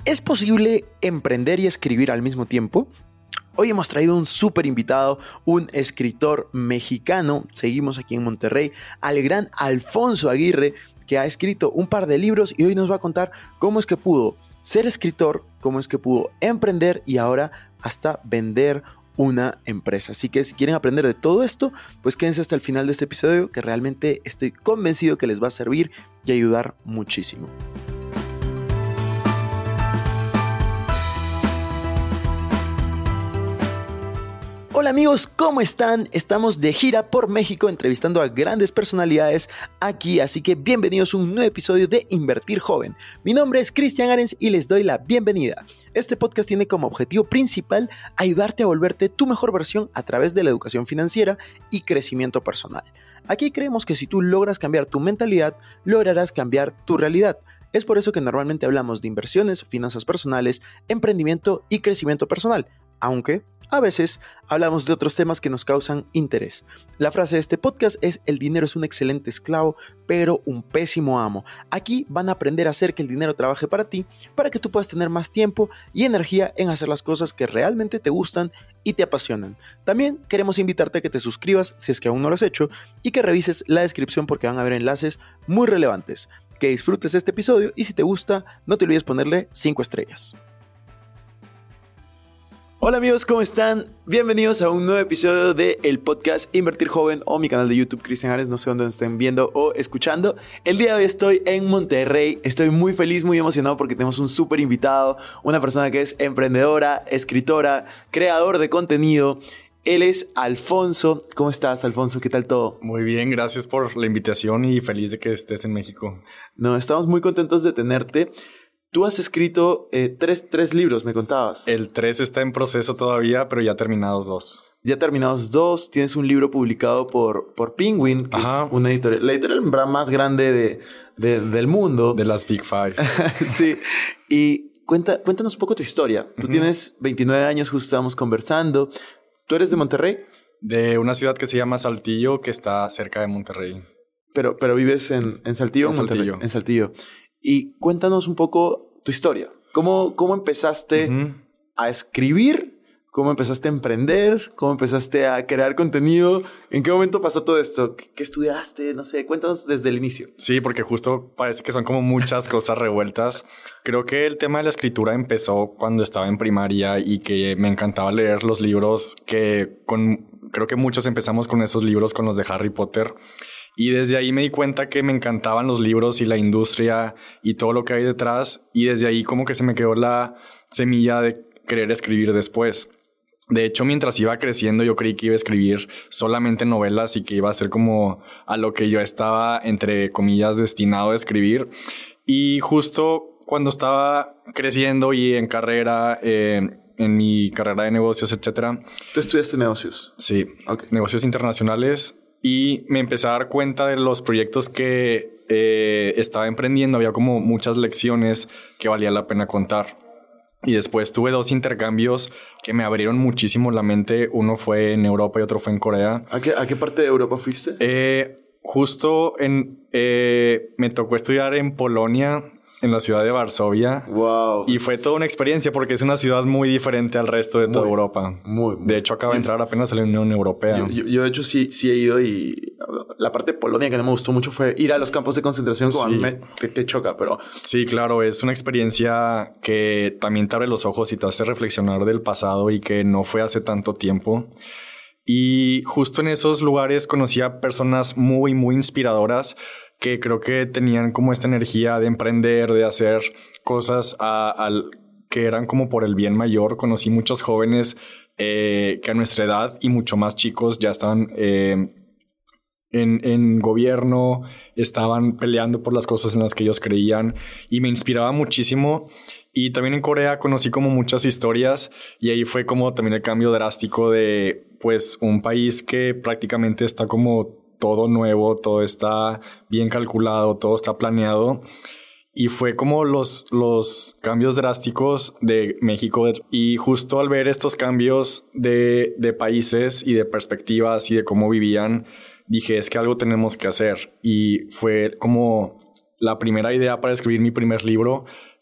¿Es posible emprender y escribir al mismo tiempo? Hoy hemos traído un súper invitado, un escritor mexicano, seguimos aquí en Monterrey, al gran Alfonso Aguirre, que ha escrito un par de libros y hoy nos va a contar cómo es que pudo ser escritor, cómo es que pudo emprender y ahora hasta vender una empresa. Así que si quieren aprender de todo esto, pues quédense hasta el final de este episodio, que realmente estoy convencido que les va a servir y ayudar muchísimo. Hola amigos, ¿cómo están? Estamos de gira por México entrevistando a grandes personalidades aquí, así que bienvenidos a un nuevo episodio de Invertir Joven. Mi nombre es Cristian Arens y les doy la bienvenida. Este podcast tiene como objetivo principal ayudarte a volverte tu mejor versión a través de la educación financiera y crecimiento personal. Aquí creemos que si tú logras cambiar tu mentalidad, lograrás cambiar tu realidad. Es por eso que normalmente hablamos de inversiones, finanzas personales, emprendimiento y crecimiento personal, aunque a veces hablamos de otros temas que nos causan interés. La frase de este podcast es: el dinero es un excelente esclavo, pero un pésimo amo. Aquí van a aprender a hacer que el dinero trabaje para ti, para que tú puedas tener más tiempo y energía en hacer las cosas que realmente te gustan y te apasionan. También queremos invitarte a que te suscribas si es que aún no lo has hecho y que revises la descripción porque van a haber enlaces muy relevantes. Que disfrutes este episodio y si te gusta, no te olvides ponerle 5 estrellas. Hola amigos, ¿cómo están? Bienvenidos a un nuevo episodio de el podcast Invertir Joven o mi canal de YouTube Cristian Arens, no sé dónde nos estén viendo o escuchando. El día de hoy estoy en Monterrey, estoy muy feliz, muy emocionado porque tenemos un súper invitado, una persona que es emprendedora, escritora, creador de contenido. Él es Alfonso. ¿Cómo estás, Alfonso? ¿Qué tal todo? Muy bien, gracias por la invitación y feliz de que estés en México. No, estamos muy contentos de tenerte. Tú has escrito tres libros, me contabas. El 3 está en proceso todavía, pero ya terminados 2. Ya terminados 2. Tienes un libro publicado por Penguin, que Ajá. es una editorial, la editorial más grande del mundo. De las Big Five. Sí. Y cuéntanos un poco tu historia. Tú tienes 29 años, justo estábamos conversando. ¿Tú eres de Monterrey? De una ciudad que se llama Saltillo, que está cerca de Monterrey. Pero vives en Saltillo. En Saltillo. En Saltillo. Y cuéntanos un poco tu historia. ¿Cómo empezaste a escribir? ¿Cómo empezaste a emprender? ¿Cómo empezaste a crear contenido? ¿En qué momento pasó todo esto? ¿Qué estudiaste? No sé, cuéntanos desde el inicio. Sí, porque justo parece que son como muchas cosas revueltas. Creo que el tema de la escritura empezó cuando estaba en primaria y que me encantaba leer los libros creo que muchos empezamos con esos libros, con los de Harry Potter. Y desde ahí me di cuenta que me encantaban los libros y la industria y todo lo que hay detrás. Y desde ahí como que se me quedó la semilla de querer escribir después. De hecho, mientras iba creciendo, yo creí que iba a escribir solamente novelas y que iba a ser como a lo que yo estaba, entre comillas, destinado a escribir. Y justo cuando estaba creciendo y en carrera, en mi carrera de negocios, etcétera. ¿Tú estudiaste negocios? Sí, okay. Negocios internacionales. Y me empecé a dar cuenta de los proyectos que estaba emprendiendo. Había como muchas lecciones que valía la pena contar. Y después tuve 2 intercambios que me abrieron muchísimo la mente. Uno fue en Europa y otro fue en Corea. ¿A qué parte de Europa fuiste? Justo me tocó estudiar en Polonia, en la ciudad de Varsovia. Wow. Y fue toda una experiencia porque es una ciudad muy diferente al resto de toda Europa. De hecho, acaba de entrar apenas a la Unión Europea. Yo de hecho sí he ido y la parte de Polonia que no me gustó mucho fue ir a los campos de concentración. Como sí. Te choca, pero... Sí, claro. Es una experiencia que también te abre los ojos y te hace reflexionar del pasado y que no fue hace tanto tiempo. Y justo en esos lugares conocí a personas muy, muy inspiradoras que creo que tenían como esta energía de emprender, de hacer cosas que eran como por el bien mayor. Conocí muchos jóvenes que a nuestra edad y mucho más chicos ya estaban en gobierno, estaban peleando por las cosas en las que ellos creían y me inspiraba muchísimo. Y también en Corea conocí como muchas historias y ahí fue como también el cambio drástico de pues un país que prácticamente está como todo nuevo, todo está bien calculado, todo está planeado. Y fue como los cambios drásticos de México. Y justo al ver estos cambios de países y de perspectivas y de cómo vivían, dije, es que algo tenemos que hacer. Y fue como la primera idea para escribir mi primer libro,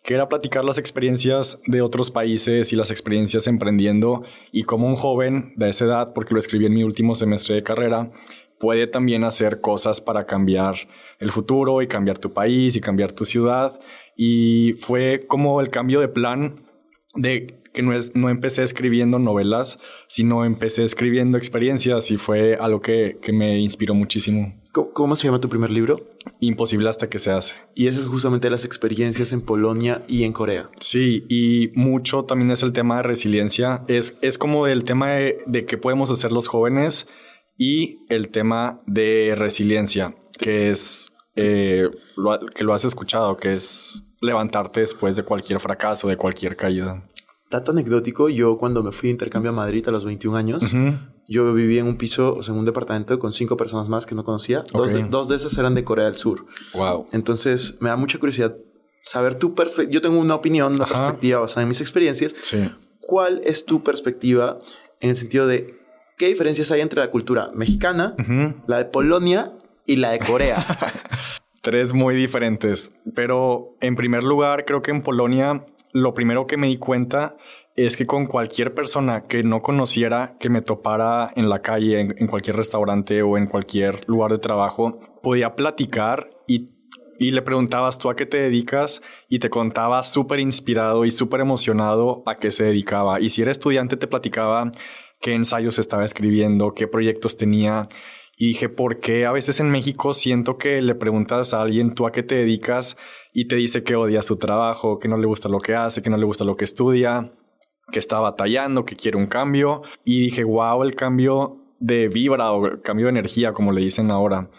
que era platicar las experiencias de otros países y las experiencias emprendiendo, y como un joven de esa edad, porque lo escribí en mi último semestre de carrera, puede también hacer cosas para cambiar el futuro y cambiar tu país y cambiar tu ciudad. Y fue como el cambio de plan de que no empecé escribiendo novelas, sino empecé escribiendo experiencias, y fue algo que me inspiró muchísimo. ¿Cómo se llama tu primer libro? Imposible hasta que se hace. Y eso es justamente las experiencias en Polonia y en Corea. Sí, y mucho también es el tema de resiliencia. Es como el tema de qué podemos hacer los jóvenes, y el tema de resiliencia, que es que lo has escuchado, que es levantarte después de cualquier fracaso, de cualquier caída. Dato anecdótico, yo cuando me fui de intercambio a Madrid a los 21 años, yo vivía en un piso, o sea, en un departamento con 5 personas más que no conocía. Okay. Dos de esas eran de Corea del Sur. Wow. Entonces, me da mucha curiosidad saber tu perspectiva. Yo tengo una opinión, una perspectiva basada en mis experiencias. Sí. ¿Cuál es tu perspectiva en el sentido de qué diferencias hay entre la cultura mexicana, la de Polonia y la de Corea? 3 muy diferentes. Pero en primer lugar, creo que en Polonia lo primero que me di cuenta es que con cualquier persona que no conociera, que me topara en la calle, en cualquier restaurante o en cualquier lugar de trabajo, podía platicar y le preguntabas tú a qué te dedicas, y te contaba súper inspirado y súper emocionado a qué se dedicaba. Y si era estudiante, te platicaba qué ensayos estaba escribiendo, qué proyectos tenía. Y dije, ¿por qué a veces en México siento que le preguntas a alguien tú a qué te dedicas y te dice que odia su trabajo, que no le gusta lo que hace, que no le gusta lo que estudia, que está batallando, que quiere un cambio? Y dije, wow, el cambio de vibra o el cambio de energía, como le dicen ahora.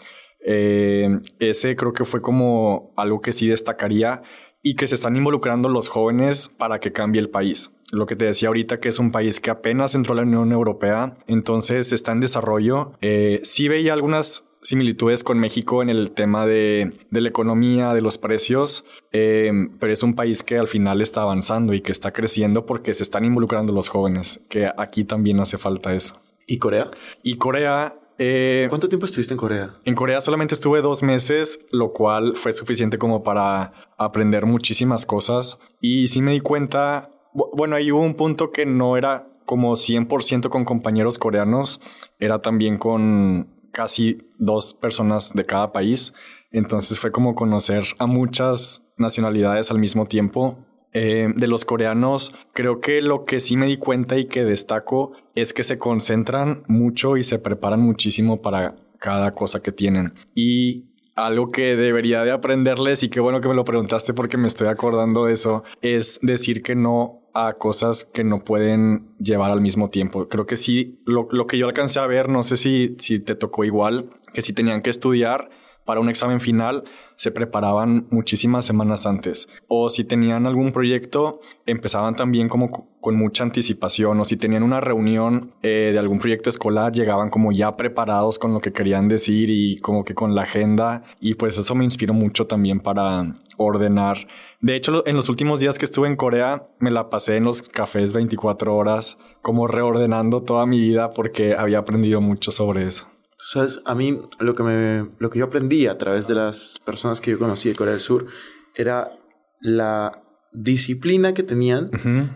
Ese creo que fue como algo que sí destacaría, y que se están involucrando los jóvenes para que cambie el país. Lo que te decía ahorita, que es un país que apenas entró a la Unión Europea, entonces está en desarrollo. Sí veía algunas similitudes con México en el tema de la economía, de los precios, pero es un país que al final está avanzando y que está creciendo porque se están involucrando los jóvenes, que aquí también hace falta eso. ¿Y Corea? Y Corea... ¿Cuánto tiempo estuviste en Corea? En Corea solamente estuve 2 meses, lo cual fue suficiente como para aprender muchísimas cosas. Y sí me di cuenta, bueno, ahí hubo un punto que no era como 100% con compañeros coreanos, era también con casi 2 personas de cada país. Entonces fue como conocer a muchas nacionalidades al mismo tiempo. De los coreanos, creo que lo que sí me di cuenta y que destaco es que se concentran mucho y se preparan muchísimo para cada cosa que tienen. Y algo que debería de aprenderles, y qué bueno que me lo preguntaste porque me estoy acordando de eso, es decir que no a cosas que no pueden llevar al mismo tiempo. Creo que sí, lo que yo alcancé a ver, no sé si te tocó igual, que si tenían que estudiar para un examen final, se preparaban muchísimas semanas antes. O si tenían algún proyecto, empezaban también como con mucha anticipación. O si tenían una reunión de algún proyecto escolar, llegaban como ya preparados con lo que querían decir y como que con la agenda. Y pues eso me inspiró mucho también para ordenar. De hecho, en los últimos días que estuve en Corea, me la pasé en los cafés 24 horas, como reordenando toda mi vida porque había aprendido mucho sobre eso. Tú sabes, a mí lo que yo aprendí a través de las personas que yo conocí de Corea del Sur era la disciplina que tenían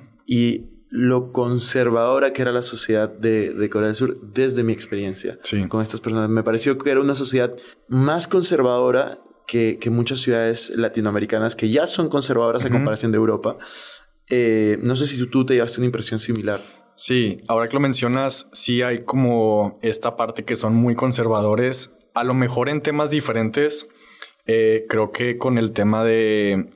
y lo conservadora que era la sociedad de Corea del Sur desde mi experiencia con estas personas. Me pareció que era una sociedad más conservadora que muchas ciudades latinoamericanas que ya son conservadoras a comparación de Europa. No sé si tú te llevaste una impresión similar. Sí, ahora que lo mencionas, sí hay como esta parte que son muy conservadores, a lo mejor en temas diferentes. Creo que con el tema de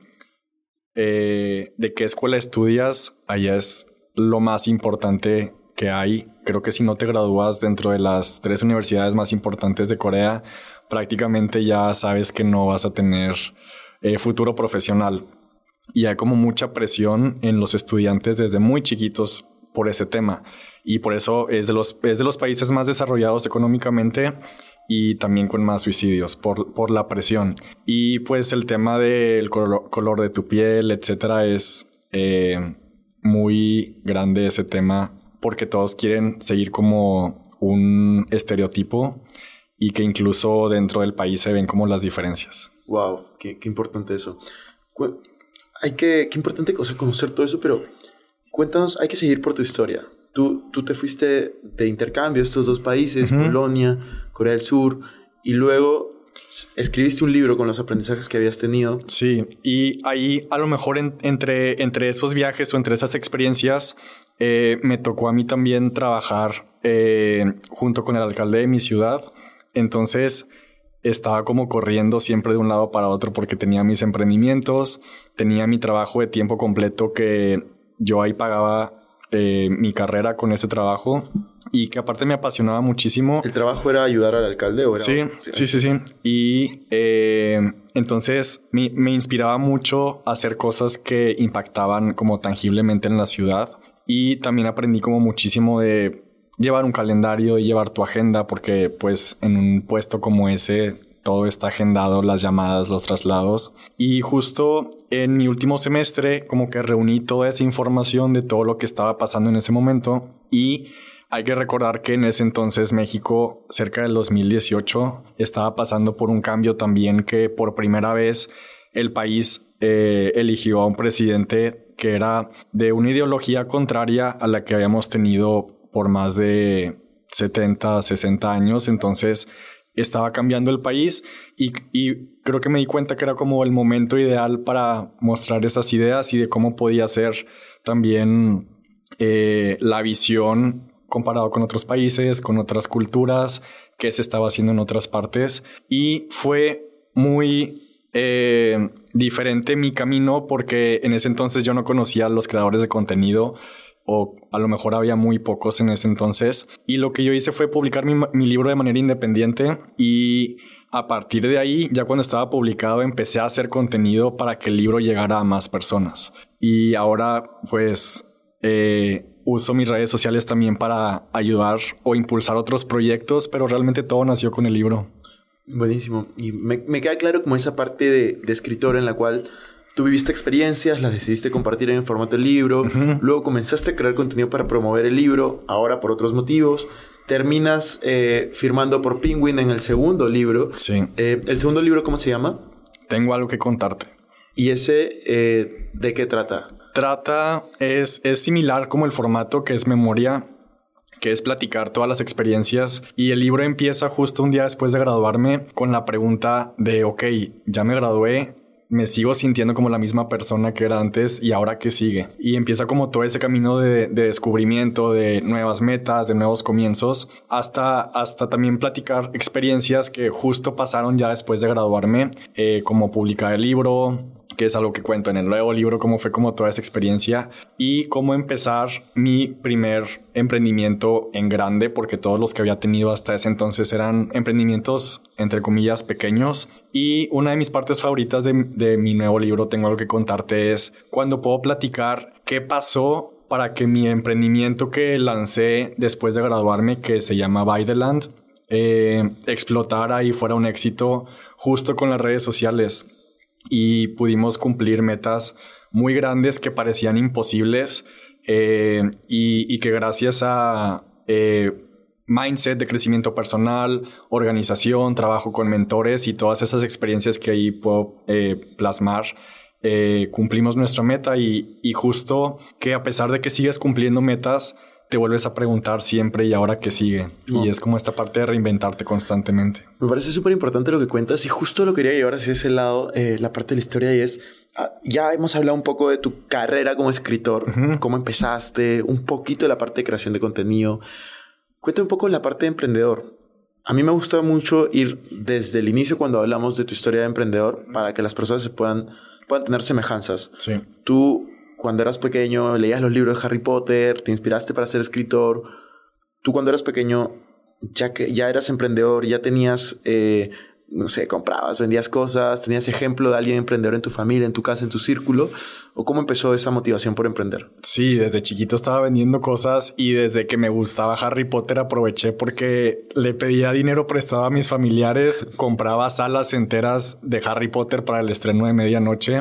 qué escuela estudias, allá es lo más importante que hay. Creo que si no te gradúas dentro de las 3 universidades más importantes de Corea, prácticamente ya sabes que no vas a tener futuro profesional. Y hay como mucha presión en los estudiantes desde muy chiquitos por ese tema, y por eso es de los países más desarrollados económicamente y también con más suicidios por la presión. Y pues el tema del color de tu piel, etcétera, es muy grande ese tema porque todos quieren seguir como un estereotipo y que incluso dentro del país se ven como las diferencias. Wow, qué importante eso. qué importante cosa conocer todo eso, pero cuéntanos, hay que seguir por tu historia. Tú te fuiste de intercambio a estos dos países, Polonia, Corea del Sur, y luego escribiste un libro con los aprendizajes que habías tenido. Sí, y ahí a lo mejor entre esos viajes o entre esas experiencias me tocó a mí también trabajar junto con el alcalde de mi ciudad. Entonces estaba como corriendo siempre de un lado para otro porque tenía mis emprendimientos, tenía mi trabajo de tiempo completo que yo ahí pagaba mi carrera con ese trabajo y que aparte me apasionaba muchísimo. ¿El trabajo era ayudar al alcalde o era Sí, otro? Sí. Y entonces me inspiraba mucho a hacer cosas que impactaban como tangiblemente en la ciudad y también aprendí como muchísimo de llevar un calendario y llevar tu agenda porque pues en un puesto como ese todo está agendado, las llamadas, los traslados. Y justo en mi último semestre como que reuní toda esa información de todo lo que estaba pasando en ese momento. Y hay que recordar que en ese entonces México, cerca del 2018, estaba pasando por un cambio también que por primera vez el país eligió a un presidente que era de una ideología contraria a la que habíamos tenido por más de 70, 60 años. Entonces estaba cambiando el país y creo que me di cuenta que era como el momento ideal para mostrar esas ideas y de cómo podía ser también la visión comparado con otros países, con otras culturas, que se estaba haciendo en otras partes. Y fue muy diferente mi camino porque en ese entonces yo no conocía a los creadores de contenido o a lo mejor había muy pocos en ese entonces. Y lo que yo hice fue publicar mi libro de manera independiente y a partir de ahí, ya cuando estaba publicado, empecé a hacer contenido para que el libro llegara a más personas. Y ahora, pues, uso mis redes sociales también para ayudar o impulsar otros proyectos, pero realmente todo nació con el libro. Buenísimo. Y me queda claro como esa parte de escritor en la cual tú viviste experiencias, las decidiste compartir en el formato del libro, luego comenzaste a crear contenido para promover el libro, ahora por otros motivos, terminas firmando por Penguin en el segundo libro. Sí. ¿El segundo libro cómo se llama? Tengo algo que contarte. ¿Y ese de qué trata? Es similar como el formato que es memoria, que es platicar todas las experiencias, y el libro empieza justo un día después de graduarme con la pregunta de ok, ya me gradué, me sigo sintiendo como la misma persona que era antes y ahora qué sigue. Y empieza como todo ese camino de descubrimiento, de nuevas metas, de nuevos comienzos, hasta también platicar experiencias que justo pasaron ya después de graduarme, como publicar el libro, que es algo que cuento en el nuevo libro, cómo fue como toda esa experiencia y cómo empezar mi primer emprendimiento en grande, porque todos los que había tenido hasta ese entonces eran emprendimientos, entre comillas, pequeños. Y una de mis partes favoritas de mi nuevo libro, Tengo algo que contarte, es cuando puedo platicar qué pasó para que mi emprendimiento que lancé después de graduarme, que se llama By the Land, explotara y fuera un éxito justo con las redes sociales. Y pudimos cumplir metas muy grandes que parecían imposibles y que gracias a mindset de crecimiento personal, organización, trabajo con mentores y todas esas experiencias que ahí puedo plasmar, cumplimos nuestra meta y justo que a pesar de que sigues cumpliendo metas, te vuelves a preguntar siempre ¿y ahora qué sigue? Y es como esta parte de reinventarte constantemente. Me parece súper importante lo que cuentas y justo lo quería llevar hacia ese lado, la parte de la historia, y es, ya hemos hablado un poco de tu carrera como escritor, cómo empezaste, un poquito de la parte de creación de contenido. Cuéntame un poco de la parte de emprendedor. A mí me gusta mucho ir desde el inicio cuando hablamos de tu historia de emprendedor para que las personas puedan tener semejanzas. Sí. Tú, cuando eras pequeño, leías los libros de Harry Potter, te inspiraste para ser escritor. Tú, cuando eras pequeño, ya eras emprendedor, ya tenías, no sé, comprabas, vendías cosas, tenías ejemplo de alguien emprendedor en tu familia, en tu casa, en tu círculo. ¿O cómo empezó esa motivación por emprender? Sí, desde chiquito estaba vendiendo cosas y desde que me gustaba Harry Potter aproveché porque le pedía dinero prestado a mis familiares, compraba salas enteras de Harry Potter para el estreno de medianoche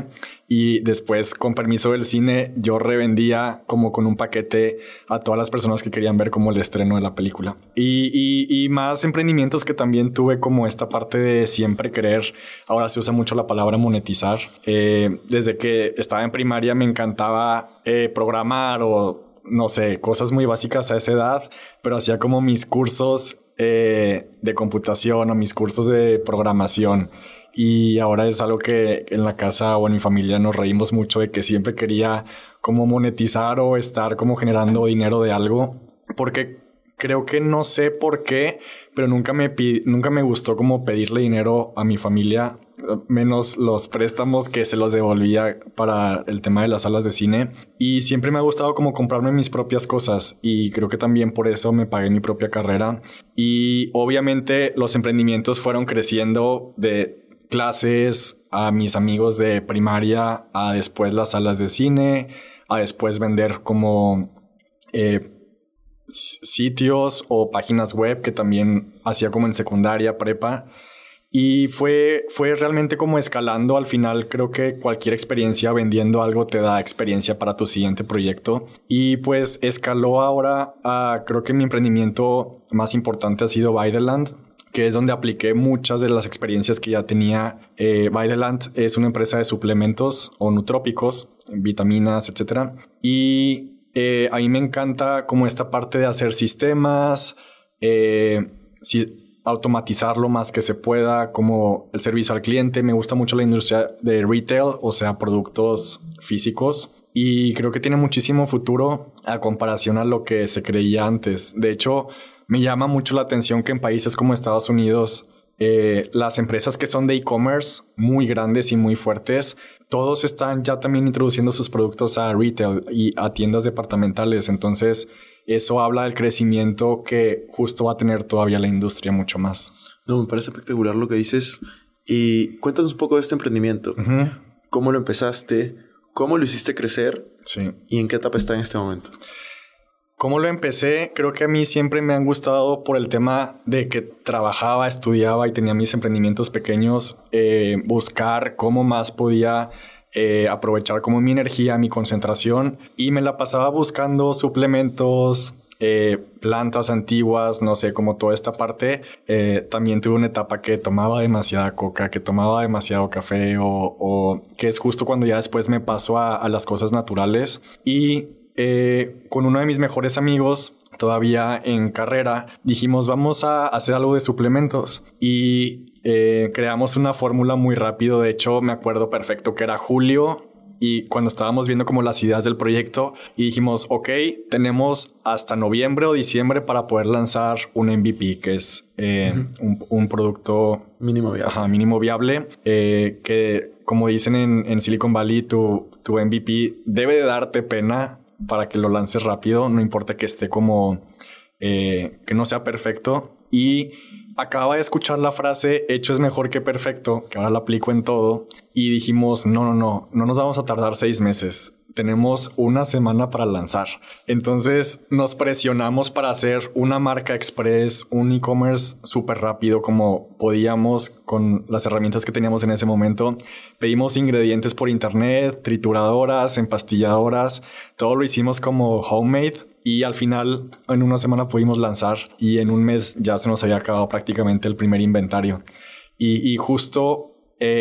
y después, con permiso del cine, yo revendía como con un paquete a todas las personas que querían ver como el estreno de la película. Y más emprendimientos que también tuve, como esta parte de siempre querer, ahora se usa mucho la palabra monetizar. Desde que estaba en primaria me encantaba programar o no sé, cosas muy básicas a esa edad, pero hacía como mis cursos de computación o mis cursos de programación. Y ahora es algo que en la casa o en mi familia nos reímos mucho de que siempre quería como monetizar o estar como generando dinero de algo, porque creo que no sé por qué, pero nunca me gustó como pedirle dinero a mi familia, menos los préstamos que se los devolvía para el tema de las salas de cine. Y siempre me ha gustado como comprarme mis propias cosas, y creo que también por eso me pagué mi propia carrera. Y obviamente los emprendimientos fueron creciendo de clases a mis amigos de primaria, a después las salas de cine, a después vender como sitios o páginas web, que también hacía como en secundaria, prepa. Y fue realmente como escalando. Al final creo que cualquier experiencia vendiendo algo te da experiencia para tu siguiente proyecto. Y pues escaló ahora a, creo que mi emprendimiento más importante ha sido Bytheland, que es donde apliqué muchas de las experiencias que ya tenía. Bytheland es una empresa de suplementos o nutrópicos, vitaminas, etc. Y a mí me encanta como esta parte de hacer sistemas, automatizar lo más que se pueda, como el servicio al cliente. Me gusta mucho la industria de retail, o sea, productos físicos. Y creo que tiene muchísimo futuro a comparación a lo que se creía antes. De hecho, me llama mucho la atención que en países como Estados Unidos, las empresas que son de e-commerce muy grandes y muy fuertes, todos están ya también introduciendo sus productos a retail y a tiendas departamentales. Entonces, eso habla del crecimiento que justo va a tener todavía la industria mucho más. No, me parece espectacular lo que dices. Y cuéntanos un poco de este emprendimiento. Uh-huh. ¿Cómo lo empezaste? ¿Cómo lo hiciste crecer? Sí. ¿Y en qué etapa está en este momento? ¿Cómo lo empecé? Creo que a mí siempre me han gustado por el tema de que trabajaba, estudiaba y tenía mis emprendimientos pequeños, buscar cómo más podía aprovechar como mi energía, mi concentración, y me la pasaba buscando suplementos, plantas antiguas, no sé, como toda esta parte. También tuve una etapa que tomaba demasiada coca, que tomaba demasiado café, o que es justo cuando ya después me paso a las cosas naturales. Y con uno de mis mejores amigos, todavía en carrera, dijimos vamos a hacer algo de suplementos, y creamos una fórmula muy rápido. De hecho, me acuerdo perfecto que era julio, y cuando estábamos viendo como las ideas del proyecto, y dijimos, ok, tenemos hasta noviembre o diciembre para poder lanzar un MVP, que es un producto mínimo viable. Ajá, mínimo viable, que como dicen en Silicon Valley, tu MVP debe de darte pena para que lo lances rápido, no importa que esté como que no sea perfecto. Y acababa de escuchar la frase hecho es mejor que perfecto, que ahora la aplico en todo, y dijimos no nos vamos a tardar 6 meses, tenemos una semana para lanzar. Entonces nos presionamos para hacer una marca express, un e-commerce súper rápido como podíamos con las herramientas que teníamos en ese momento. Pedimos ingredientes por internet, trituradoras, empastilladoras, todo lo hicimos como homemade, y al final en una semana pudimos lanzar, y en un mes ya se nos había acabado prácticamente el primer inventario. Y justo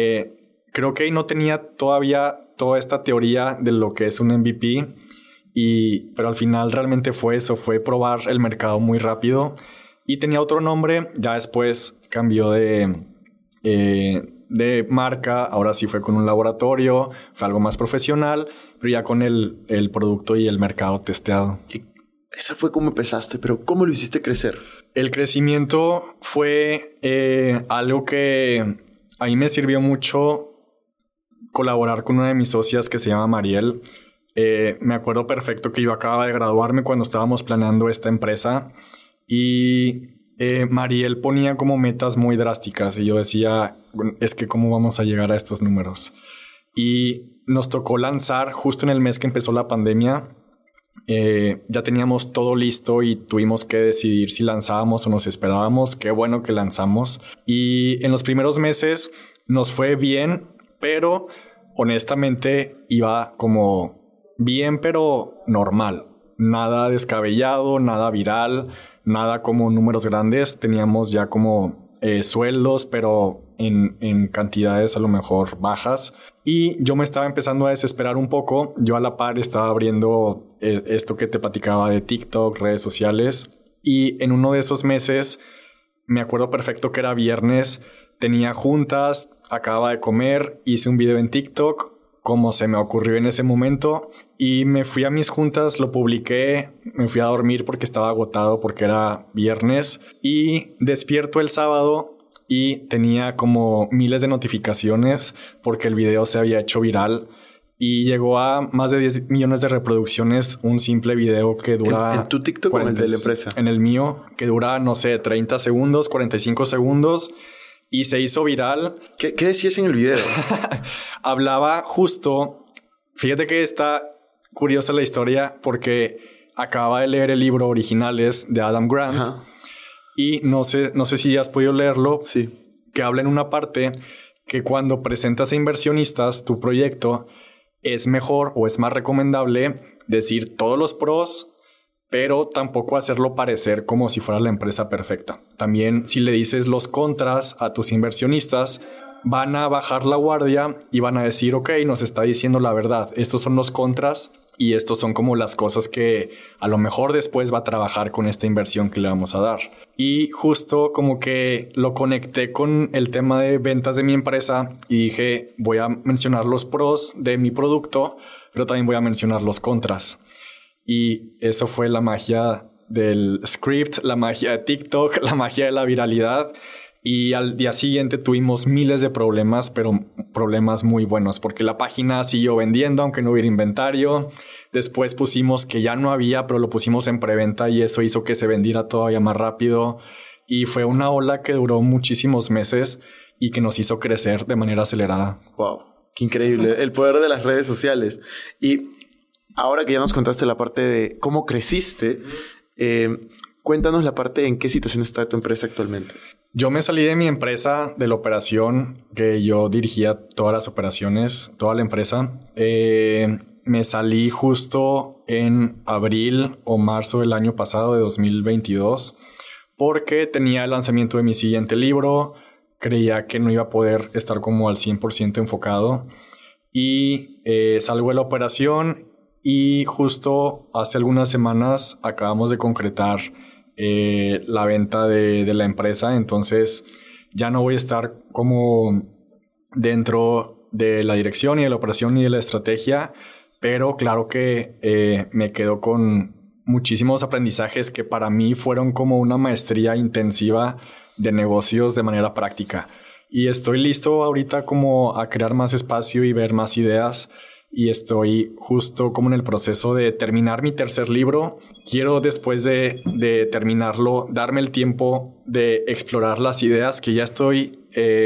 creo que no tenía todavía toda esta teoría de lo que es un MVP, pero al final realmente fue eso, fue probar el mercado muy rápido. Y tenía otro nombre, ya después cambió de marca, ahora sí fue con un laboratorio, fue algo más profesional, pero ya con el producto y el mercado testeado. Y esa fue como empezaste, pero ¿cómo lo hiciste crecer? El crecimiento fue algo que a mí me sirvió mucho colaborar con una de mis socias que se llama Mariel. Me acuerdo perfecto que yo acababa de graduarme cuando estábamos planeando esta empresa, y Mariel ponía como metas muy drásticas, y yo decía, es que ¿cómo vamos a llegar a estos números? Y nos tocó lanzar justo en el mes que empezó la pandemia. Ya teníamos todo listo y tuvimos que decidir si lanzábamos o nos esperábamos. Qué bueno que lanzamos. Y en los primeros meses nos fue bien, pero honestamente iba como bien, pero normal. Nada descabellado, nada viral, nada como números grandes. Teníamos ya como sueldos, pero en cantidades a lo mejor bajas. Y yo me estaba empezando a desesperar un poco. Yo a la par estaba abriendo esto que te platicaba de TikTok, redes sociales. Y en uno de esos meses, me acuerdo perfecto que era viernes, tenía juntas, acababa de comer, hice un video en TikTok, como se me ocurrió en ese momento, y me fui a mis juntas, lo publiqué, me fui a dormir porque estaba agotado porque era viernes, y despierto el sábado y tenía como miles de notificaciones porque el video se había hecho viral. Y llegó a más de 10 millones de reproducciones un simple video que dura... ¿En tu TikTok o en el de la empresa? En el mío, que dura, no sé, 30 segundos, 45 segundos. Y se hizo viral. ¿Qué decías en el video? Hablaba justo... Fíjate que está curiosa la historia porque acababa de leer el libro Originales de Adam Grant. Ajá. Y no sé si has podido leerlo. Sí. Que habla en una parte que cuando presentas a inversionistas tu proyecto... es mejor o es más recomendable decir todos los pros, pero tampoco hacerlo parecer como si fuera la empresa perfecta. También si le dices los contras a tus inversionistas, van a bajar la guardia y van a decir, ok, nos está diciendo la verdad. Estos son los contras y estos son como las cosas que a lo mejor después va a trabajar con esta inversión que le vamos a dar. Y justo como que lo conecté con el tema de ventas de mi empresa y dije, voy a mencionar los pros de mi producto, pero también voy a mencionar los contras. Y eso fue la magia del script, la magia de TikTok, la magia de la viralidad. Y al día siguiente tuvimos miles de problemas, pero problemas muy buenos, porque la página siguió vendiendo, aunque no hubiera inventario. Después pusimos que ya no había, pero lo pusimos en preventa y eso hizo que se vendiera todavía más rápido. Y fue una ola que duró muchísimos meses y que nos hizo crecer de manera acelerada. ¡Wow! ¡Qué increíble! El poder de las redes sociales. Y ahora que ya nos contaste la parte de cómo creciste, cuéntanos la parte de en qué situación está tu empresa actualmente. Yo me salí de mi empresa, de la operación, que yo dirigía todas las operaciones, toda la empresa. Me salí justo en abril o marzo del año pasado, de 2022, porque tenía el lanzamiento de mi siguiente libro. Creía que no iba a poder estar como al 100% enfocado. Y salgo de la operación y justo hace algunas semanas acabamos de concretar la venta de la empresa. Entonces ya no voy a estar como dentro de la dirección y de la operación y de la estrategia, pero claro que me quedo con muchísimos aprendizajes que para mí fueron como una maestría intensiva de negocios de manera práctica. Y estoy listo ahorita como a crear más espacio y ver más ideas. Y estoy justo como en el proceso de terminar mi tercer libro. Quiero después de terminarlo darme el tiempo de explorar las ideas que ya estoy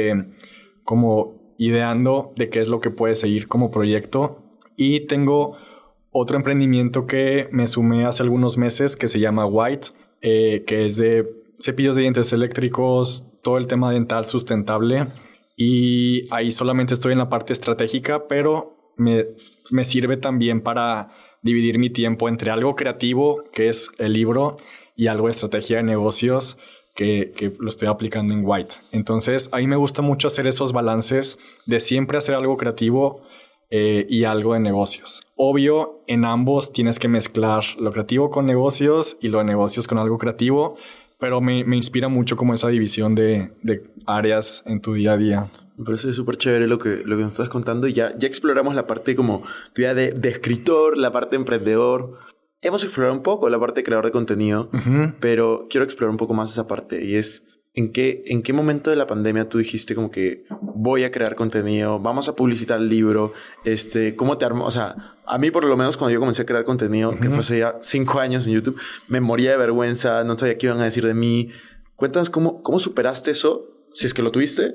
como ideando de qué es lo que puede seguir como proyecto. Y tengo otro emprendimiento que me sumé hace algunos meses que se llama White, que es de cepillos de dientes eléctricos, todo el tema dental sustentable. Y ahí solamente estoy en la parte estratégica, pero me sirve también para dividir mi tiempo entre algo creativo, que es el libro, y algo de estrategia de negocios, que lo estoy aplicando en White. Entonces, a mí me gusta mucho hacer esos balances de siempre hacer algo creativo y algo de negocios. Obvio, en ambos tienes que mezclar lo creativo con negocios y lo de negocios con algo creativo, pero me inspira mucho como esa división de áreas en tu día a día. Me parece súper chévere lo que nos estás contando y ya exploramos la parte como tu idea de escritor, la parte de emprendedor. Hemos explorado un poco la parte de creador de contenido, pero quiero explorar un poco más esa parte y es ¿en qué momento de la pandemia tú dijiste como que voy a crear contenido, vamos a publicitar el libro? ¿Cómo te armó? O sea, a mí por lo menos cuando yo comencé a crear contenido, que fue hace ya 5 años en YouTube, me moría de vergüenza, no sabía qué iban a decir de mí. Cuéntanos cómo superaste eso, si es que lo tuviste,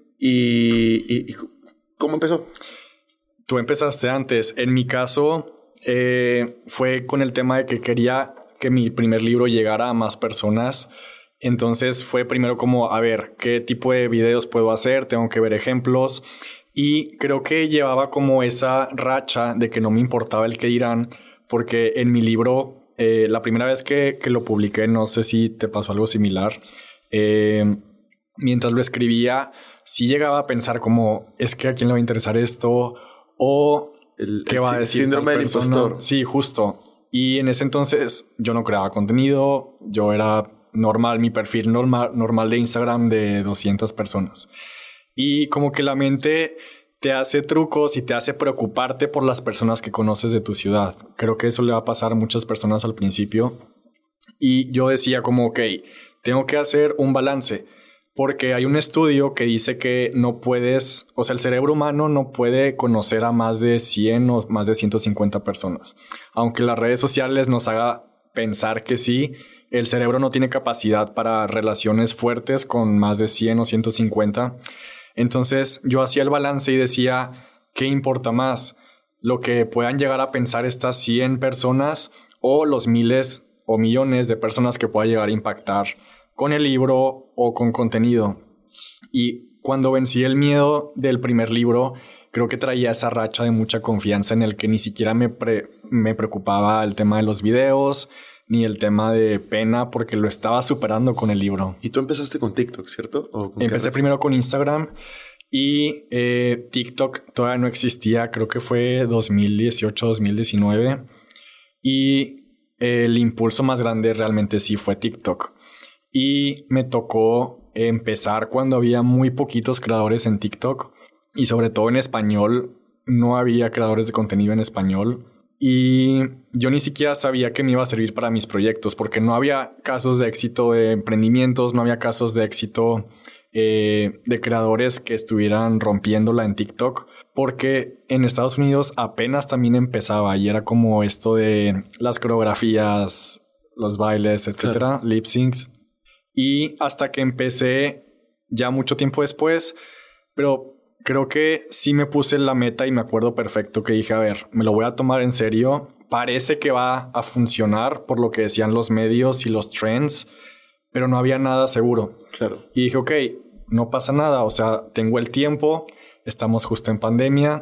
y cómo empezó. Tú empezaste antes. En mi caso, fue con el tema de que quería que mi primer libro llegara a más personas. Entonces fue primero como, a ver, ¿qué tipo de videos puedo hacer? Tengo que ver ejemplos. Y creo que llevaba como esa racha de que no me importaba el que dirán, porque en mi libro, la primera vez que lo publiqué, no sé si te pasó algo similar, mientras lo escribía, sí llegaba a pensar como, es que a quién le va a interesar esto, o qué va a decir síndrome del impostor. Sí, justo. Y en ese entonces yo no creaba contenido, yo era normal, mi perfil normal de Instagram de 200 personas. Y como que la mente te hace trucos y te hace preocuparte por las personas que conoces de tu ciudad. Creo que eso le va a pasar a muchas personas al principio. Y yo decía como, ok, tengo que hacer un balance. Porque hay un estudio que dice que no puedes, o sea, el cerebro humano no puede conocer a más de 100 o más de 150 personas. Aunque las redes sociales nos haga pensar que sí, el cerebro no tiene capacidad para relaciones fuertes con más de 100 o 150. Entonces yo hacía el balance y decía, ¿qué importa más? ¿Lo que puedan llegar a pensar estas 100 personas o los miles o millones de personas que pueda llegar a impactar con el libro o con contenido? Y cuando vencí el miedo del primer libro, creo que traía esa racha de mucha confianza en el que ni siquiera me preocupaba el tema de los videos ni el tema de pena, porque lo estaba superando con el libro. Y tú empezaste con TikTok, ¿cierto? ¿O con Empecé primero con Instagram y TikTok todavía no existía. Creo que fue 2018, 2019. Y el impulso más grande realmente sí fue TikTok. Y me tocó empezar cuando había muy poquitos creadores en TikTok. Y sobre todo en español, no había creadores de contenido en español. Y yo ni siquiera sabía que me iba a servir para mis proyectos, porque no había casos de éxito de emprendimientos, no había casos de éxito de creadores que estuvieran rompiéndola en TikTok, porque en Estados Unidos apenas también empezaba y era como esto de las coreografías, los bailes, etcétera, lip syncs. Y hasta que empecé ya mucho tiempo después, pero creo que sí me puse la meta y me acuerdo perfecto que dije, a ver, me lo voy a tomar en serio. Parece que va a funcionar por lo que decían los medios y los trends, pero no había nada seguro. Claro. Y dije, ok, no pasa nada. O sea, tengo el tiempo, estamos justo en pandemia.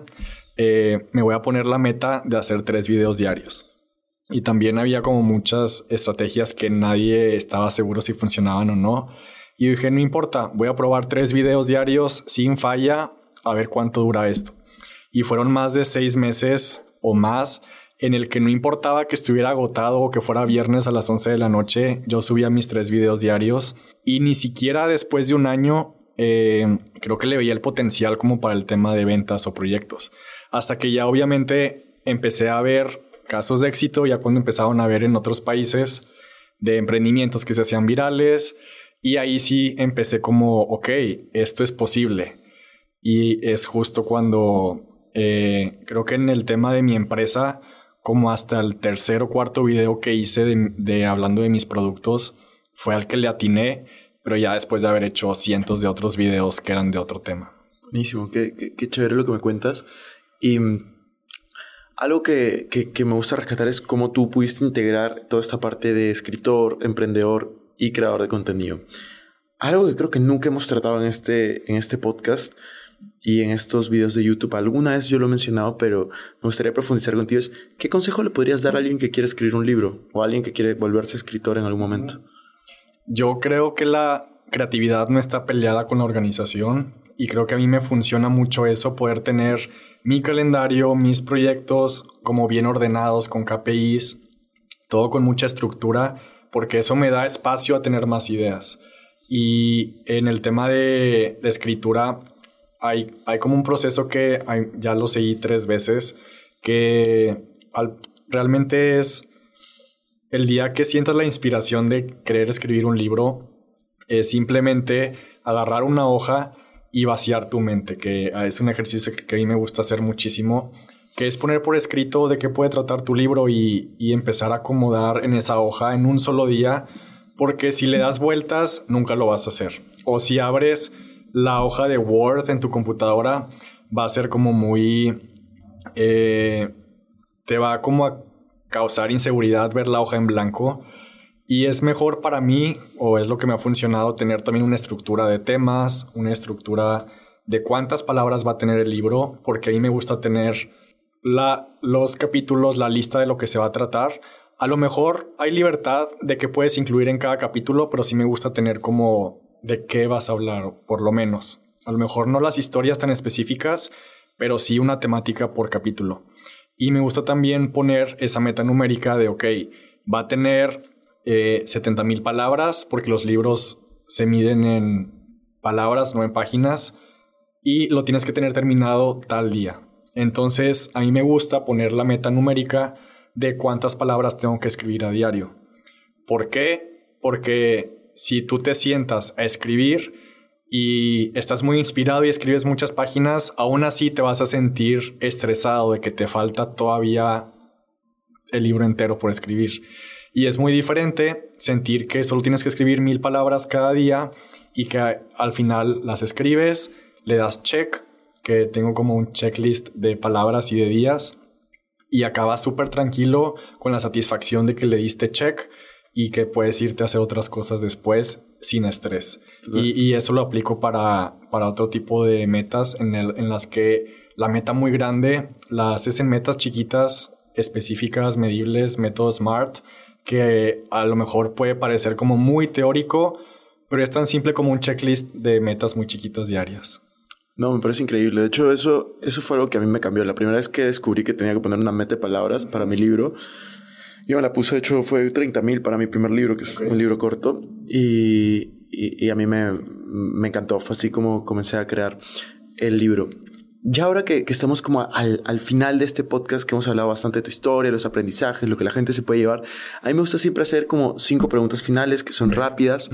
Me voy a poner la meta de hacer 3 videos diarios. Y también había como muchas estrategias que nadie estaba seguro si funcionaban o no. Y dije, no importa, voy a probar 3 videos diarios sin falla, a ver cuánto dura esto. Y fueron más de 6 meses o más en el que no importaba que estuviera agotado o que fuera viernes a las 11 de la noche, yo subía mis 3 videos diarios. Y ni siquiera después de un año creo que le veía el potencial como para el tema de ventas o proyectos. Hasta que ya obviamente empecé a ver casos de éxito, ya cuando empezaron a ver en otros países de emprendimientos que se hacían virales. Y ahí sí empecé como, ok, esto es posible. Y es justo cuando creo que en el tema de mi empresa, como hasta el 3er o 4 video que hice de hablando de mis productos, fue al que le atiné, pero ya después de haber hecho cientos de otros videos que eran de otro tema. Buenísimo, qué chévere lo que me cuentas. Y algo que me gusta rescatar es cómo tú pudiste integrar toda esta parte de escritor, emprendedor y creador de contenido. Algo que creo que nunca hemos tratado en este podcast y en estos videos de YouTube. Alguna vez yo lo he mencionado, pero me gustaría profundizar contigo. Es, ¿qué consejo le podrías dar a alguien que quiere escribir un libro o a alguien que quiere volverse escritor en algún momento? Yo creo que la creatividad no está peleada con la organización y creo que a mí me funciona mucho eso, poder tener mi calendario, mis proyectos como bien ordenados, con KPIs, todo con mucha estructura, porque eso me da espacio a tener más ideas. Y en el tema de escritura hay como un proceso que ya lo seguí 3 veces, que realmente es el día que sientas la inspiración de querer escribir un libro, es simplemente agarrar una hoja y vaciar tu mente, que es un ejercicio que a mí me gusta hacer muchísimo, que es poner por escrito de qué puede tratar tu libro y empezar a acomodar en esa hoja en un solo día, porque si le das vueltas nunca lo vas a hacer. O si abres la hoja de Word en tu computadora, va a ser como muy... te va como a causar inseguridad ver la hoja en blanco. Y es mejor para mí, o es lo que me ha funcionado, tener también una estructura de temas, una estructura de cuántas palabras va a tener el libro, porque a mí me gusta tener los capítulos, la lista de lo que se va a tratar. A lo mejor hay libertad de qué puedes incluir en cada capítulo, pero sí me gusta tener como de qué vas a hablar, por lo menos. A lo mejor no las historias tan específicas, pero sí una temática por capítulo. Y me gusta también poner esa meta numérica de, ok, va a tener 70,000 palabras, porque los libros se miden en palabras, no en páginas, y lo tienes que tener terminado tal día. Entonces, a mí me gusta poner la meta numérica de cuántas palabras tengo que escribir a diario. ¿Por qué? Porque si tú te sientas a escribir y estás muy inspirado y escribes muchas páginas, aún así te vas a sentir estresado de que te falta todavía el libro entero por escribir. Y es muy diferente sentir que solo tienes que escribir 1,000 palabras cada día y que al final las escribes, le das check, que tengo como un checklist de palabras y de días, y acabas súper tranquilo con la satisfacción de que le diste check y que puedes irte a hacer otras cosas después sin estrés. Y eso lo aplico para otro tipo de metas en las que la meta muy grande la haces en metas chiquitas, específicas, medibles, método SMART, que a lo mejor puede parecer como muy teórico, pero es tan simple como un checklist de metas muy chiquitas diarias. No, me parece increíble. De hecho, eso fue algo que a mí me cambió. La primera vez que descubrí que tenía que poner una meta de palabras para mi libro, yo me la puse, de hecho, fue 30,000 para mi primer libro, que es un libro corto. Y a mí me encantó. Fue así como comencé a crear el libro. Ya ahora que estamos como al final de este podcast, que hemos hablado bastante de tu historia, los aprendizajes, lo que la gente se puede llevar, a mí me gusta siempre hacer como 5 preguntas finales que son rápidas.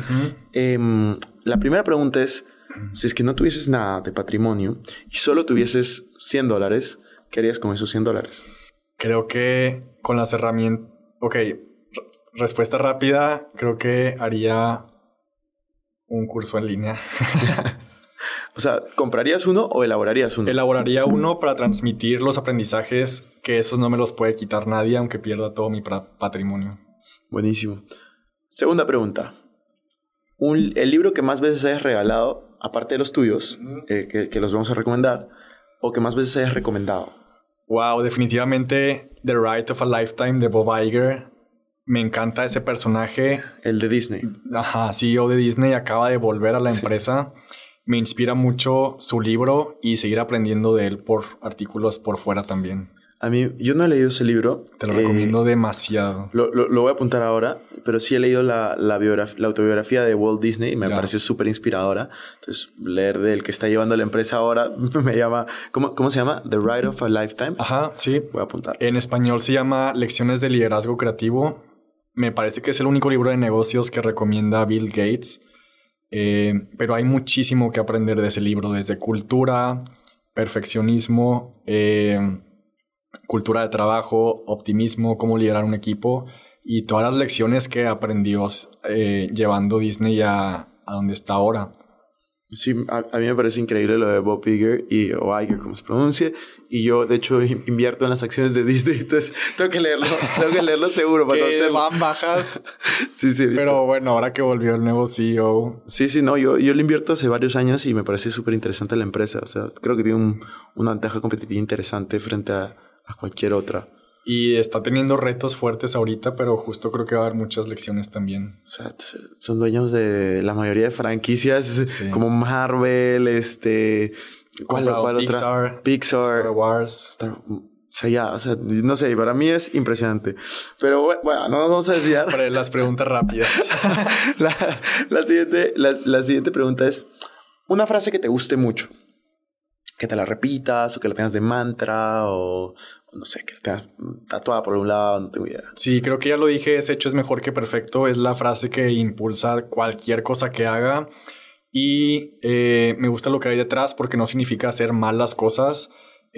La primera pregunta es, si es que no tuvieses nada de patrimonio y solo tuvieses $100, ¿qué harías con esos $100? Creo que con las herramientas... Ok, respuesta rápida, creo que haría un curso en línea. O sea, ¿comprarías uno o elaborarías uno? Elaboraría uno para transmitir los aprendizajes, que esos no me los puede quitar nadie, aunque pierda todo mi patrimonio. Buenísimo. Segunda pregunta. El libro que más veces hayas regalado, aparte de los tuyos, que los vamos a recomendar, o que más veces hayas recomendado. Wow, definitivamente The Ride of a Lifetime de Bob Iger. Me encanta ese personaje. El de Disney. Ajá, CEO de Disney, acaba de volver a la empresa. Me inspira mucho su libro y seguir aprendiendo de él por artículos por fuera también. A mí, yo no he leído ese libro. Te lo recomiendo demasiado. Lo voy a apuntar ahora, pero sí he leído la autobiografía de Walt Disney y me pareció súper inspiradora. Entonces, leer del que está llevando la empresa ahora me llama... ¿Cómo se llama? The Ride of a Lifetime. Ajá, sí. Voy a apuntar. En español se llama Lecciones de Liderazgo Creativo. Me parece que es el único libro de negocios que recomienda Bill Gates. Pero hay muchísimo que aprender de ese libro, desde cultura, perfeccionismo, cultura de trabajo, optimismo, cómo liderar un equipo y todas las lecciones que aprendió llevando Disney a donde está ahora. Sí, a mí me parece increíble lo de Bob Iger o Iger, como se pronuncie. Y yo, de hecho, invierto en las acciones de Disney. Entonces, tengo que leerlo seguro para conocerlo. Van bajas. Sí, sí. Pero bueno, ahora que volvió el nuevo CEO. Sí, no, yo lo invierto hace varios años y me parece súper interesante la empresa. O sea, creo que tiene una ventaja competitiva interesante frente a cualquier otra. Y está teniendo retos fuertes ahorita, pero justo creo que va a haber muchas lecciones también. O sea, son dueños de la mayoría de franquicias, sí, como Marvel, ¿cuál otra? Pixar, Star Wars. O sea, no sé, para mí es impresionante. Pero bueno, no nos vamos a desviar. Para las preguntas rápidas. La siguiente pregunta es, una frase que te guste mucho. Que te la repitas o que la tengas de mantra o no sé, que la tengas tatuada por un lado, no tengo idea. Sí, creo que ya lo dije, ese hecho es mejor que perfecto. Es la frase que impulsa cualquier cosa que haga y me gusta lo que hay detrás porque no significa hacer mal las cosas.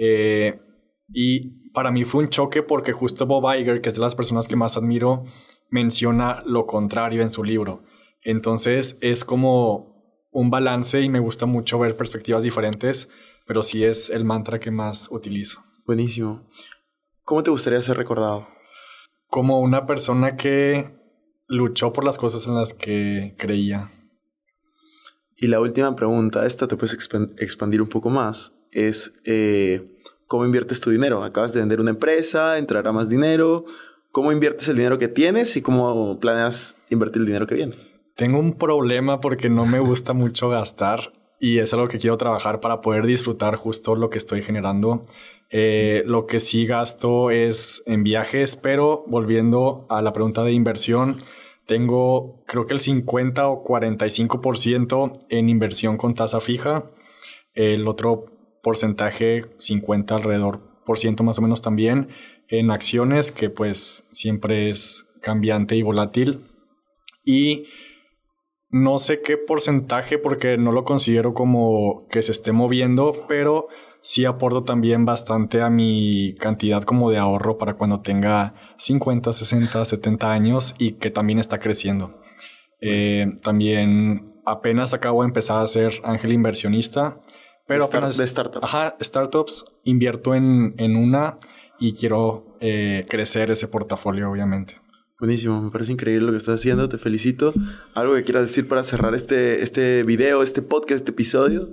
Y para mí fue un choque porque justo Bob Iger, que es de las personas que más admiro, menciona lo contrario en su libro. Entonces es como un balance y me gusta mucho ver perspectivas diferentes, pero sí es el mantra que más utilizo. Buenísimo. ¿Cómo te gustaría ser recordado? Como una persona que luchó por las cosas en las que creía. Y la última pregunta, esta te puedes expandir un poco más, es ¿cómo inviertes tu dinero? Acabas de vender una empresa, entrará más dinero. ¿Cómo inviertes el dinero que tienes y cómo planeas invertir el dinero que viene? Tengo un problema porque no me gusta mucho gastar y es algo que quiero trabajar para poder disfrutar justo lo que estoy generando. Lo que sí gasto es en viajes, pero volviendo a la pregunta de inversión, tengo creo que el 50 o 45% en inversión con tasa fija. El otro porcentaje, 50 alrededor por ciento más o menos también, en acciones, que pues siempre es cambiante y volátil. Y no sé qué porcentaje porque no lo considero como que se esté moviendo, pero sí aporto también bastante a mi cantidad como de ahorro para cuando tenga 50, 60, 70 años y que también está creciendo. También apenas acabo de empezar a ser ángel inversionista, pero apenas... De startups. Ajá, startups. Invierto en una y quiero crecer ese portafolio, obviamente. Buenísimo, me parece increíble lo que estás haciendo, te felicito. ¿Algo que quieras decir para cerrar este video, este podcast, este episodio?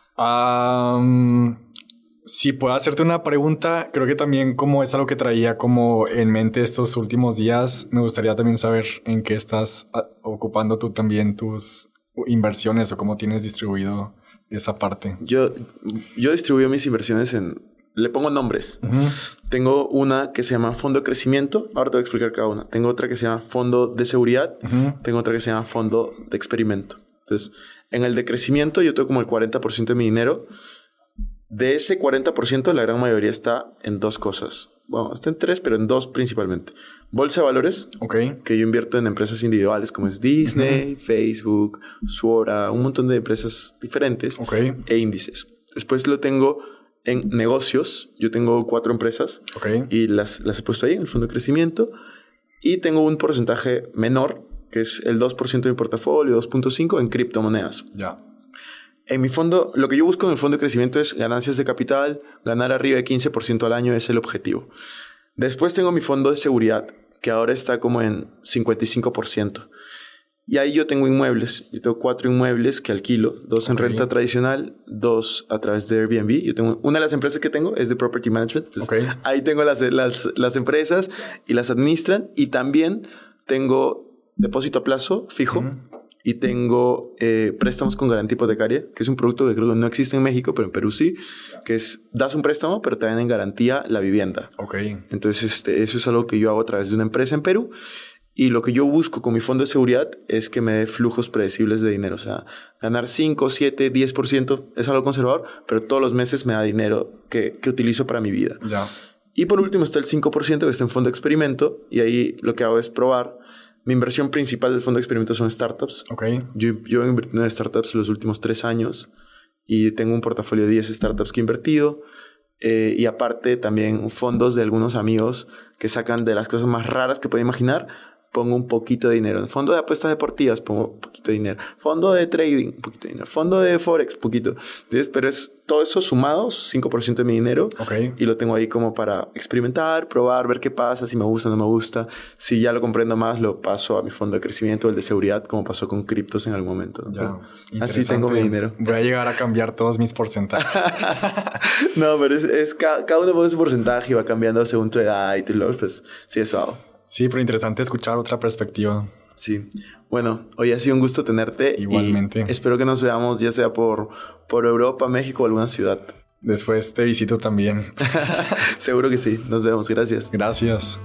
Si puedo hacerte una pregunta, creo que también como es algo que traía como en mente estos últimos días, me gustaría también saber en qué estás ocupando tú también tus inversiones o cómo tienes distribuido esa parte. Yo distribuyo mis inversiones le pongo nombres. Uh-huh. Tengo una que se llama Fondo de Crecimiento. Ahora te voy a explicar cada una. Tengo otra que se llama Fondo de Seguridad. Uh-huh. Tengo otra que se llama Fondo de Experimento. Entonces, en el de Crecimiento yo tengo como el 40% de mi dinero. De ese 40%, la gran mayoría está en dos cosas. Bueno, está en tres, pero en dos principalmente. Bolsa de valores, okay, que yo invierto en empresas individuales como es Disney, uh-huh, Facebook, Suora, un montón de empresas diferentes, okay, e índices. Después lo tengo en negocios. Yo tengo 4 empresas, okay, y las he puesto ahí en el fondo de crecimiento. Y tengo un porcentaje menor, que es el 2% de mi portafolio, 2.5% en criptomonedas. Ya. En mi fondo, lo que yo busco en el fondo de crecimiento es ganancias de capital, ganar arriba de 15% al año es el objetivo. Después tengo mi fondo de seguridad, que ahora está como en 55%. Y ahí yo tengo inmuebles. Yo tengo 4 inmuebles que alquilo. 2 en renta tradicional, 2 a través de Airbnb. Yo tengo una de las empresas que tengo es de Property Management. Entonces, ahí tengo las empresas y las administran. Y también tengo depósito a plazo fijo. Uh-huh. Y tengo préstamos con garantía hipotecaria, que es un producto que creo que no existe en México, pero en Perú sí, que es, das un préstamo, pero te dan en garantía la vivienda. Okay. Entonces, eso es algo que yo hago a través de una empresa en Perú. Y lo que yo busco con mi fondo de seguridad es que me dé flujos predecibles de dinero. O sea, ganar 5, 7, 10% es algo conservador, pero todos los meses me da dinero que utilizo para mi vida. Ya. Y por último está el 5% que está en fondo de experimento. Y ahí lo que hago es probar. Mi inversión principal del fondo de experimento son startups. Okay. Yo he invertido en startups los últimos 3 años y tengo un portafolio de 10 startups que he invertido. Y aparte también fondos de algunos amigos que sacan de las cosas más raras que pueden imaginar. Pongo un poquito de dinero. En fondo de apuestas deportivas pongo un poquito de dinero. Fondo de trading, un poquito de dinero. Fondo de Forex, poquito. Entonces, pero es todo eso sumado, 5% de mi dinero. Okay. Y lo tengo ahí como para experimentar, probar, ver qué pasa, si me gusta o no me gusta. Si ya lo comprendo más, lo paso a mi fondo de crecimiento, el de seguridad, como pasó con criptos en algún momento. Ya. Así tengo mi dinero. Voy a llegar a cambiar todos mis porcentajes. No, pero cada uno pone su porcentaje y va cambiando según tu edad y tu logros. Pues sí, eso hago. Sí, pero interesante escuchar otra perspectiva. Sí. Bueno, hoy ha sido un gusto tenerte. Igualmente. Y espero que nos veamos ya sea por Europa, México o alguna ciudad. Después te visito también. Seguro que sí. Nos vemos. Gracias. Gracias.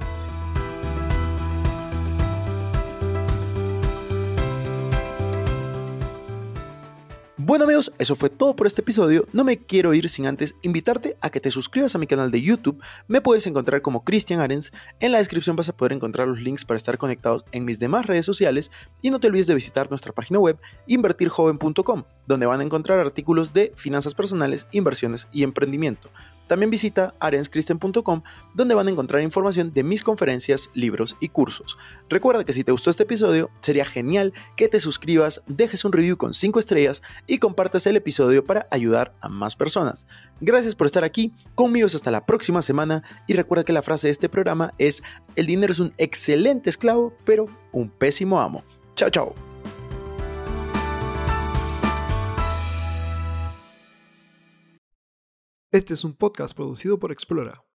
Bueno amigos, eso fue todo por este episodio. No me quiero ir sin antes invitarte a que te suscribas a mi canal de YouTube. Me puedes encontrar como Cristian Arens. En la descripción vas a poder encontrar los links para estar conectados en mis demás redes sociales. Y no te olvides de visitar nuestra página web invertirjoven.com, donde van a encontrar artículos de finanzas personales, inversiones y emprendimiento. También visita arenscristian.com, donde van a encontrar información de mis conferencias, libros y cursos. Recuerda que si te gustó este episodio, sería genial que te suscribas, dejes un review con 5 estrellas y compartas el episodio para ayudar a más personas. Gracias por estar aquí, conmigo hasta la próxima semana y recuerda que la frase de este programa es: el dinero es un excelente esclavo, pero un pésimo amo. Chao, chao. Este es un podcast producido por Explora.